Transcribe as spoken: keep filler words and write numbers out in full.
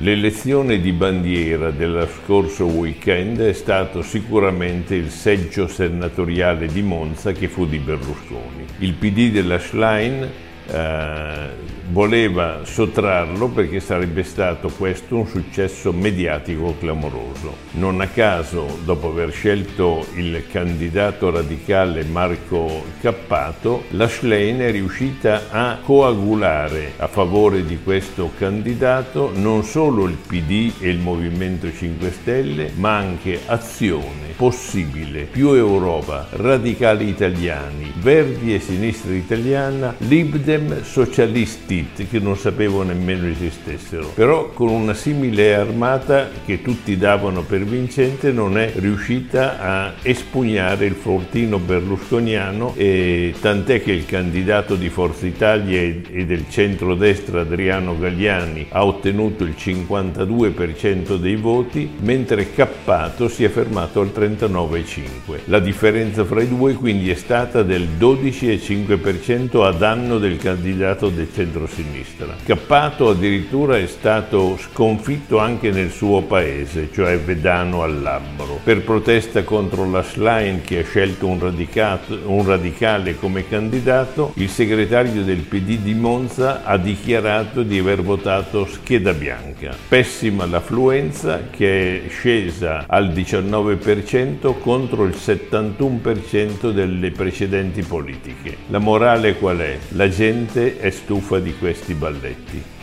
L'elezione di bandiera dello scorso weekend è stato sicuramente il seggio senatoriale di Monza che fu di Berlusconi. Il P D della Schlein eh, voleva sottrarlo perché sarebbe stato questo un successo mediatico clamoroso. Non a caso, dopo aver scelto il candidato radicale Marco Cappato, la Schlein è riuscita a coagulare a favore di questo candidato non solo il P D e il Movimento cinque Stelle, ma anche Azione, Possibile, Più Europa, Radicali Italiani, Verdi e Sinistra Italiana, Libdem, Socialisti, che non sapevo nemmeno esistessero. Però con una simile armata che tutti davano per vincente non è riuscita a espugnare il fortino berlusconiano, e tant'è che il candidato di Forza Italia e del centrodestra Adriano Galliani ha ottenuto il cinquantadue per cento dei voti, mentre Cappato si è fermato al trentanove virgola cinque per cento. La differenza fra i due quindi è stata del dodici virgola cinque per cento a danno del candidato del centro sinistra. Cappato addirittura è stato sconfitto anche nel suo paese, cioè Vedano al Labbro. Per protesta contro la Schlein, che ha scelto un, un radicale come candidato, il segretario del P D di Monza ha dichiarato di aver votato scheda bianca. Pessima l'affluenza, che è scesa al diciannove per cento contro il settantuno per cento delle precedenti politiche. La morale qual è? La gente è stufa di questi balletti.